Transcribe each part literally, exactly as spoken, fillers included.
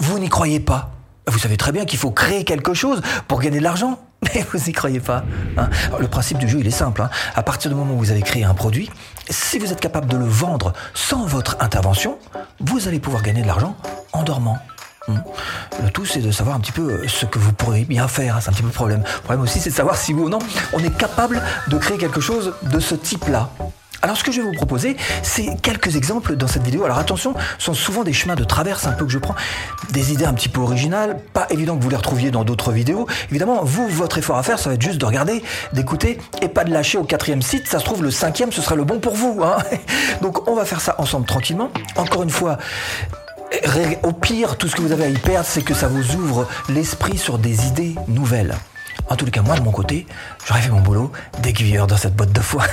vous n'y croyez pas. Vous savez très bien qu'il faut créer quelque chose pour gagner de l'argent, mais vous n'y croyez pas. Hein. Alors, le principe du jeu, il est simple. Hein. À partir du moment où vous avez créé un produit, si vous êtes capable de le vendre sans votre intervention, vous allez pouvoir gagner de l'argent en dormant. Hum. Le tout, c'est de savoir un petit peu ce que vous pourriez bien faire. Hein. C'est un petit peu le problème. Le problème aussi, c'est de savoir si oui ou non, on est capable de créer quelque chose de ce type-là. Alors ce que je vais vous proposer, c'est quelques exemples dans cette vidéo. Alors attention, ce sont souvent des chemins de traverse un peu que je prends, des idées un petit peu originales, pas évident que vous les retrouviez dans d'autres vidéos. Évidemment, vous, votre effort à faire, ça va être juste de regarder, d'écouter et pas de lâcher au quatrième site. Ça se trouve, le cinquième, ce sera le bon pour vous. Hein. Donc on va faire ça ensemble tranquillement. Encore une fois, au pire, tout ce que vous avez à y perdre, c'est que ça vous ouvre l'esprit sur des idées nouvelles. En tous les cas, moi de mon côté, j'aurais fait mon boulot d'aiguilleur dans cette boîte de foin.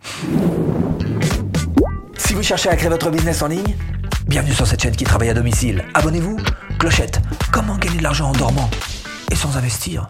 Si vous cherchez à créer votre business en ligne, bienvenue sur cette chaîne qui travaille à domicile. Abonnez-vous, clochette. Comment gagner de l'argent en dormant et sans investir?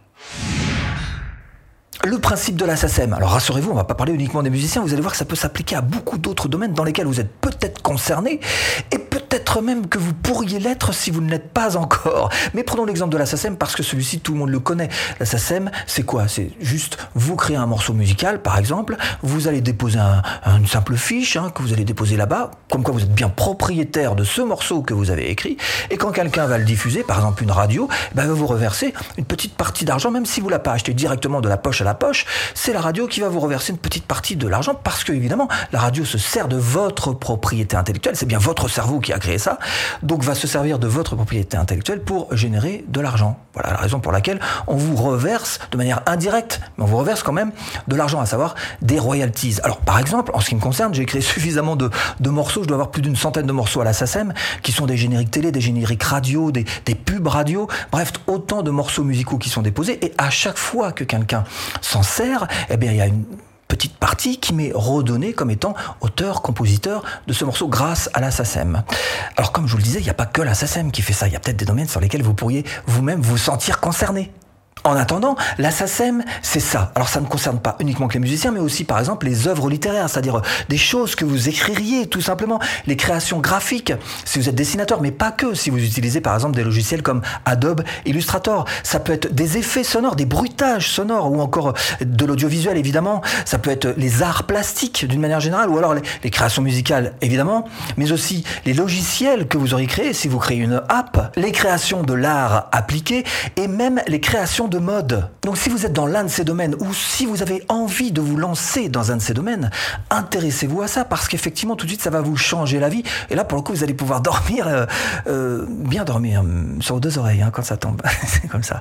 Le principe de la S A C E M. Alors rassurez-vous, on ne va pas parler uniquement des musiciens, vous allez voir que ça peut s'appliquer à beaucoup d'autres domaines dans lesquels vous êtes peut-être concerné et peut-être même que vous pourriez l'être si vous ne l'êtes pas encore. Mais prenons l'exemple de la S A C E M parce que celui-ci, tout le monde le connaît. La S A C E M, c'est quoi? C'est juste, vous créez un morceau musical, par exemple, vous allez déposer un, une simple fiche hein, que vous allez déposer là-bas, comme quoi vous êtes bien propriétaire de ce morceau que vous avez écrit, et quand quelqu'un va le diffuser, par exemple une radio, ben, va vous reverser une petite partie d'argent, même si vous ne l'avez pas acheté directement de la poche à la poche, c'est la radio qui va vous reverser une petite partie de l'argent parce que évidemment la radio se sert de votre propriété intellectuelle, c'est bien votre cerveau qui a créé ça, donc va se servir de votre propriété intellectuelle pour générer de l'argent. Voilà la raison pour laquelle on vous reverse de manière indirecte, mais on vous reverse quand même de l'argent, à savoir des royalties. Alors par exemple, en ce qui me concerne, j'ai créé suffisamment de, de morceaux, je dois avoir plus d'une centaine de morceaux à la S A C E M qui sont des génériques télé, des génériques radio, des, des pubs radio, bref, autant de morceaux musicaux qui sont déposés et à chaque fois que quelqu'un s'en sert, eh bien, il y a une petite partie qui m'est redonnée comme étant auteur, compositeur de ce morceau grâce à la S A C E M. Alors, comme je vous le disais, il n'y a pas que la S A C E M qui fait ça. Il y a peut-être des domaines sur lesquels vous pourriez vous-même vous sentir concerné. En attendant, la S A C E M, c'est ça. Alors ça ne concerne pas uniquement que les musiciens, mais aussi par exemple les œuvres littéraires, c'est-à-dire des choses que vous écririez tout simplement, les créations graphiques, si vous êtes dessinateur, mais pas que, si vous utilisez par exemple des logiciels comme Adobe Illustrator. Ça peut être des effets sonores, des bruitages sonores, ou encore de l'audiovisuel évidemment. Ça peut être les arts plastiques d'une manière générale, ou alors les, les créations musicales évidemment, mais aussi les logiciels que vous auriez créés, si vous créez une app, les créations de l'art appliqué, et même les créations de mode. Donc si vous êtes dans l'un de ces domaines ou si vous avez envie de vous lancer dans un de ces domaines, intéressez-vous à ça parce qu'effectivement tout de suite ça va vous changer la vie et là pour le coup vous allez pouvoir dormir, euh, euh, bien dormir euh, sur vos deux oreilles hein, quand ça tombe. C'est comme ça.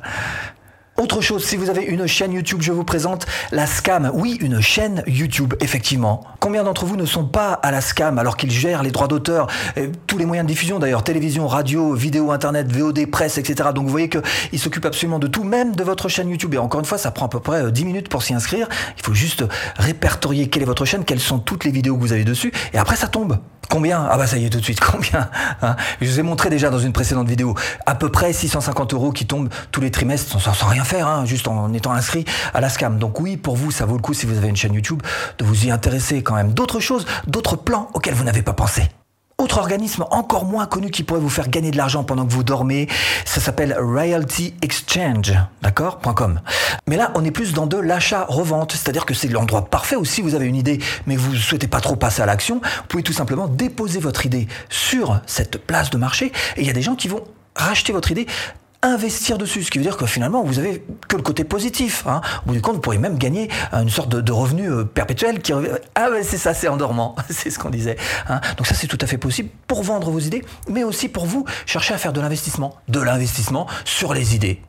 Autre chose, si vous avez une chaîne YouTube, je vous présente la S C A M. Oui, une chaîne YouTube, effectivement. Combien d'entre vous ne sont pas à la S C A M alors qu'ils gèrent les droits d'auteur, euh, tous les moyens de diffusion d'ailleurs, télévision, radio, vidéo, internet, V O D, presse, et cetera. Donc vous voyez qu'ils s'occupent absolument de tout, même de votre chaîne YouTube. Et encore une fois, ça prend à peu près dix minutes pour s'y inscrire. Il faut juste répertorier quelle est votre chaîne, quelles sont toutes les vidéos que vous avez dessus, et après ça tombe. Combien? Ah bah ça y est tout de suite, combien hein? Je vous ai montré déjà dans une précédente vidéo, à peu près six cent cinquante euros qui tombent tous les trimestres sans, sans rien faire, hein, juste en étant inscrit à la S C A M. Donc oui, pour vous, ça vaut le coup si vous avez une chaîne YouTube de vous y intéresser quand même. D'autres choses, d'autres plans auxquels vous n'avez pas pensé. Autre organisme encore moins connu qui pourrait vous faire gagner de l'argent pendant que vous dormez, ça s'appelle Royalty Exchange, d'accord .com. Mais là, on est plus dans de l'achat-revente, c'est-à-dire que c'est l'endroit parfait où si vous avez une idée, mais que vous ne souhaitez pas trop passer à l'action, vous pouvez tout simplement déposer votre idée sur cette place de marché et il y a des gens qui vont racheter votre idée, investir dessus, ce qui veut dire que finalement vous avez que le côté positif. Hein. Au bout du compte, vous pourriez même gagner une sorte de, de revenu euh, perpétuel qui revient. Ah ouais, c'est ça, c'est en dormant, c'est ce qu'on disait. Hein. Donc ça, c'est tout à fait possible pour vendre vos idées, mais aussi pour vous chercher à faire de l'investissement, de l'investissement sur les idées.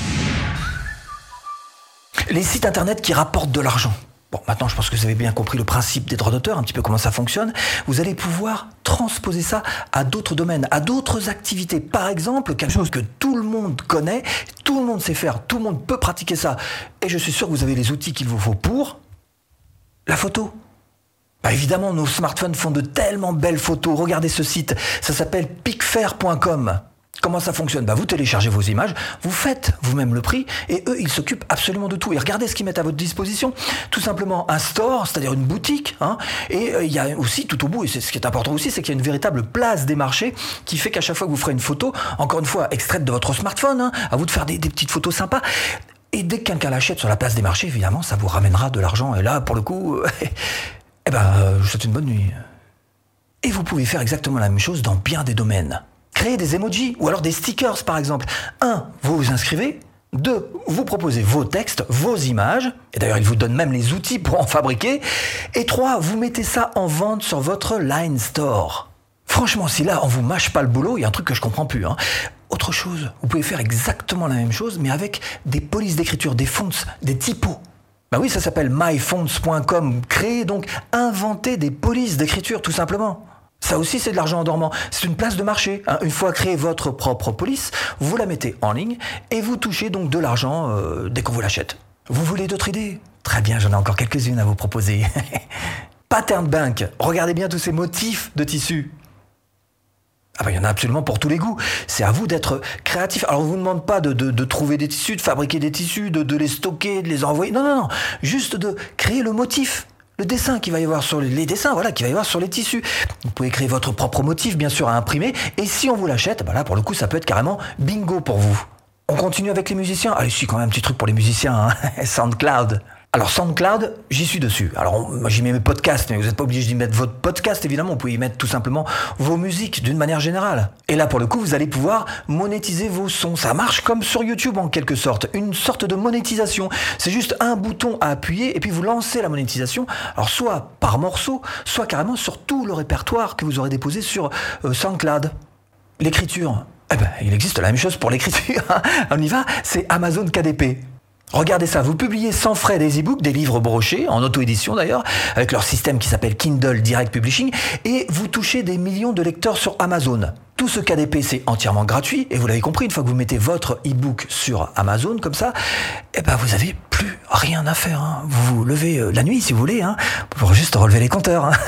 Les sites internet qui rapportent de l'argent. Bon, maintenant, je pense que vous avez bien compris le principe des droits d'auteur, un petit peu comment ça fonctionne. Vous allez pouvoir transposer ça à d'autres domaines, à d'autres activités. Par exemple, quelque chose que tout le monde connaît, tout le monde sait faire, tout le monde peut pratiquer ça. Et je suis sûr que vous avez les outils qu'il vous faut pour la photo. Bah évidemment, nos smartphones font de tellement belles photos. Regardez ce site, ça s'appelle picfair point com. Comment ça fonctionne? Bah, vous téléchargez vos images, vous faites vous-même le prix, et eux, ils s'occupent absolument de tout. Et regardez ce qu'ils mettent à votre disposition. Tout simplement un store, c'est-à-dire une boutique, hein, et euh, il y a aussi, tout au bout, et c'est ce qui est important aussi, c'est qu'il y a une véritable place des marchés qui fait qu'à chaque fois que vous ferez une photo, encore une fois, extraite de votre smartphone, hein, à vous de faire des, des petites photos sympas. Et dès que quelqu'un l'achète sur la place des marchés, évidemment, ça vous ramènera de l'argent. Et là, pour le coup, euh, eh ben, euh, je vous souhaite une bonne nuit. Et vous pouvez faire exactement la même chose dans bien des domaines. Créer des emojis ou alors des stickers par exemple. Un, vous vous inscrivez. Deux, vous proposez vos textes, vos images. Et d'ailleurs, ils vous donnent même les outils pour en fabriquer. Et trois, vous mettez ça en vente sur votre Line Store. Franchement, si là, on vous mâche pas le boulot, il y a un truc que je comprends plus. Hein. Autre chose, vous pouvez faire exactement la même chose, mais avec des polices d'écriture, des fonts, des typos. Bah oui, ça s'appelle my fonts point com. Créer donc, inventer des polices d'écriture, tout simplement. Ça aussi, c'est de l'argent en dormant. C'est une place de marché. Hein. Une fois créé votre propre police, vous la mettez en ligne et vous touchez donc de l'argent euh, dès qu'on vous l'achète. Vous voulez d'autres idées? Très bien, j'en ai encore quelques-unes à vous proposer. Pattern Bank. Regardez bien tous ces motifs de tissu. Ah ben, il y en a absolument pour tous les goûts. C'est à vous d'être créatif. Alors, on ne vous demande pas de, de, de trouver des tissus, de fabriquer des tissus, de, de les stocker, de les envoyer. Non, non, non. Juste de créer le motif. Le dessin qu'il va y avoir sur les, les dessins, voilà, qu'il va y avoir sur les tissus. Vous pouvez créer votre propre motif, bien sûr, à imprimer. Et si on vous l'achète, ben là, pour le coup, ça peut être carrément bingo pour vous. On continue avec les musiciens. Allez, si, quand même un petit truc pour les musiciens, hein. SoundCloud. Alors SoundCloud, j'y suis dessus. Alors moi j'y mets mes podcasts, mais vous n'êtes pas obligé d'y mettre votre podcast évidemment, vous pouvez y mettre tout simplement vos musiques d'une manière générale. Et là pour le coup vous allez pouvoir monétiser vos sons. Ça marche comme sur YouTube en quelque sorte, une sorte de monétisation. C'est juste un bouton à appuyer et puis vous lancez la monétisation. Alors soit par morceau, soit carrément sur tout le répertoire que vous aurez déposé sur euh, SoundCloud. L'écriture, eh ben, il existe la même chose pour l'écriture. On y va, c'est Amazon K D P. Regardez ça, vous publiez sans frais des e-books, des livres brochés, en auto-édition d'ailleurs, avec leur système qui s'appelle Kindle Direct Publishing, et vous touchez des millions de lecteurs sur Amazon. Tout ce K D P, c'est entièrement gratuit, et vous l'avez compris, une fois que vous mettez votre e-book sur Amazon, comme ça, eh ben vous avez plus rien à faire. Hein. Vous vous levez euh, la nuit, si vous voulez, hein, pour juste relever les compteurs. Hein.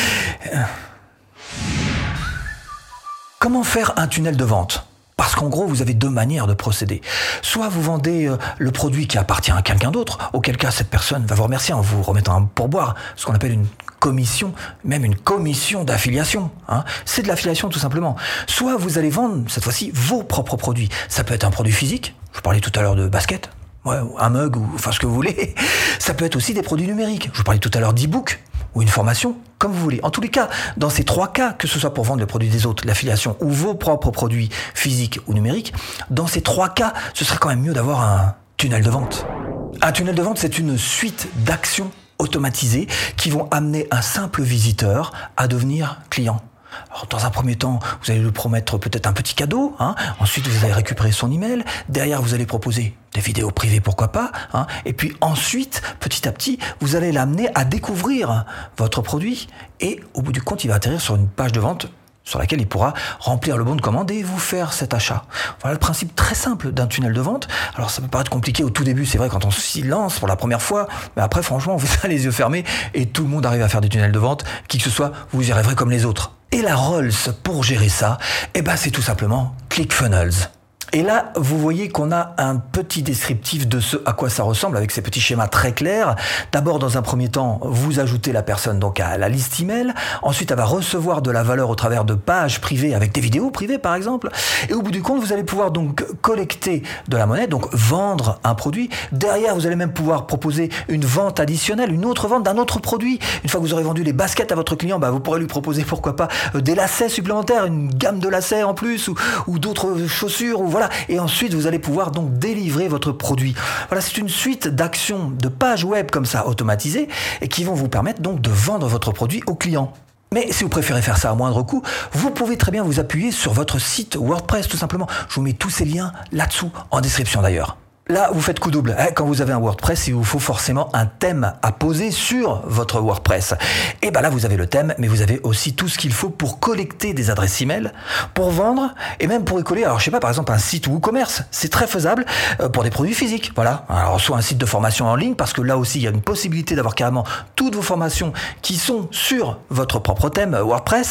Comment faire un tunnel de vente ? Parce qu'en gros, vous avez deux manières de procéder. Soit vous vendez euh, le produit qui appartient à quelqu'un d'autre, auquel cas cette personne va vous remercier en vous remettant un pourboire, ce qu'on appelle une commission, même une commission d'affiliation. Hein. C'est de l'affiliation tout simplement. Soit vous allez vendre, cette fois-ci, vos propres produits. Ça peut être un produit physique, je parlais tout à l'heure de basket, ouais, un mug ou enfin ce que vous voulez. Ça peut être aussi des produits numériques. Je vous parlais tout à l'heure d'e-book ou une formation, comme vous voulez. En tous les cas, dans ces trois cas, que ce soit pour vendre les produits des autres, l'affiliation ou vos propres produits physiques ou numériques, dans ces trois cas, ce serait quand même mieux d'avoir un tunnel de vente. Un tunnel de vente, c'est une suite d'actions automatisées qui vont amener un simple visiteur à devenir client. Alors, dans un premier temps, vous allez lui promettre peut-être un petit cadeau, hein. Ensuite vous allez récupérer son email, derrière vous allez proposer des vidéos privées, pourquoi pas, hein. Et puis ensuite, petit à petit, vous allez l'amener à découvrir votre produit et au bout du compte, il va atterrir sur une page de vente sur laquelle il pourra remplir le bon de commande et vous faire cet achat. Voilà le principe très simple d'un tunnel de vente. Alors ça peut paraître compliqué au tout début, c'est vrai, quand on s'y lance pour la première fois, mais après franchement, on fait ça les yeux fermés et tout le monde arrive à faire des tunnels de vente, qui que ce soit, vous y rêverez comme les autres. Et la Rolls pour gérer ça, eh ben c'est tout simplement ClickFunnels. Et là, vous voyez qu'on a un petit descriptif de ce à quoi ça ressemble avec ces petits schémas très clairs. D'abord, dans un premier temps, vous ajoutez la personne donc à la liste email. Ensuite, elle va recevoir de la valeur au travers de pages privées avec des vidéos privées, par exemple. Et au bout du compte, vous allez pouvoir donc collecter de la monnaie, donc vendre un produit. Derrière, vous allez même pouvoir proposer une vente additionnelle, une autre vente d'un autre produit. Une fois que vous aurez vendu les baskets à votre client, bah, vous pourrez lui proposer, pourquoi pas, des lacets supplémentaires, une gamme de lacets en plus, ou, ou d'autres chaussures, ou voilà. Et ensuite, vous allez pouvoir donc délivrer votre produit. Voilà, c'est une suite d'actions, de pages web comme ça automatisées et qui vont vous permettre donc de vendre votre produit aux clients. Mais si vous préférez faire ça à moindre coût, vous pouvez très bien vous appuyer sur votre site WordPress tout simplement. Je vous mets tous ces liens là-dessous, en description d'ailleurs. Là, vous faites coup double. Quand vous avez un WordPress, il vous faut forcément un thème à poser sur votre WordPress. Et ben là, vous avez le thème, mais vous avez aussi tout ce qu'il faut pour collecter des adresses email, pour vendre et même pour y coller. Alors, je sais pas, par exemple, un site WooCommerce. C'est très faisable pour des produits physiques. Voilà. Alors, soit un site de formation en ligne, parce que là aussi, il y a une possibilité d'avoir carrément toutes vos formations qui sont sur votre propre thème WordPress.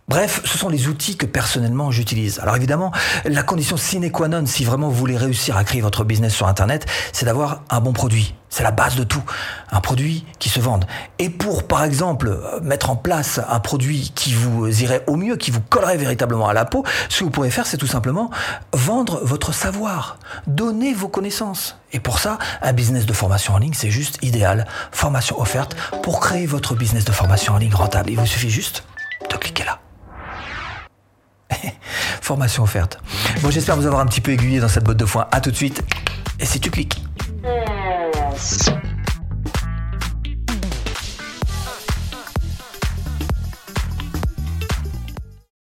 Bref, ce sont les outils que personnellement j'utilise. Alors évidemment, la condition sine qua non si vraiment vous voulez réussir à créer votre business sur Internet, c'est d'avoir un bon produit. C'est la base de tout. Un produit qui se vende. Et pour, par exemple, mettre en place un produit qui vous irait au mieux, qui vous collerait véritablement à la peau, ce que vous pourrez faire, c'est tout simplement vendre votre savoir. Donner vos connaissances. Et pour ça, un business de formation en ligne, c'est juste idéal. Formation offerte pour créer votre business de formation en ligne rentable. Il vous suffit juste de cliquer là. Formation offerte. Bon, j'espère vous avoir un petit peu aiguillé dans cette botte de foin. À tout de suite. Et si tu cliques.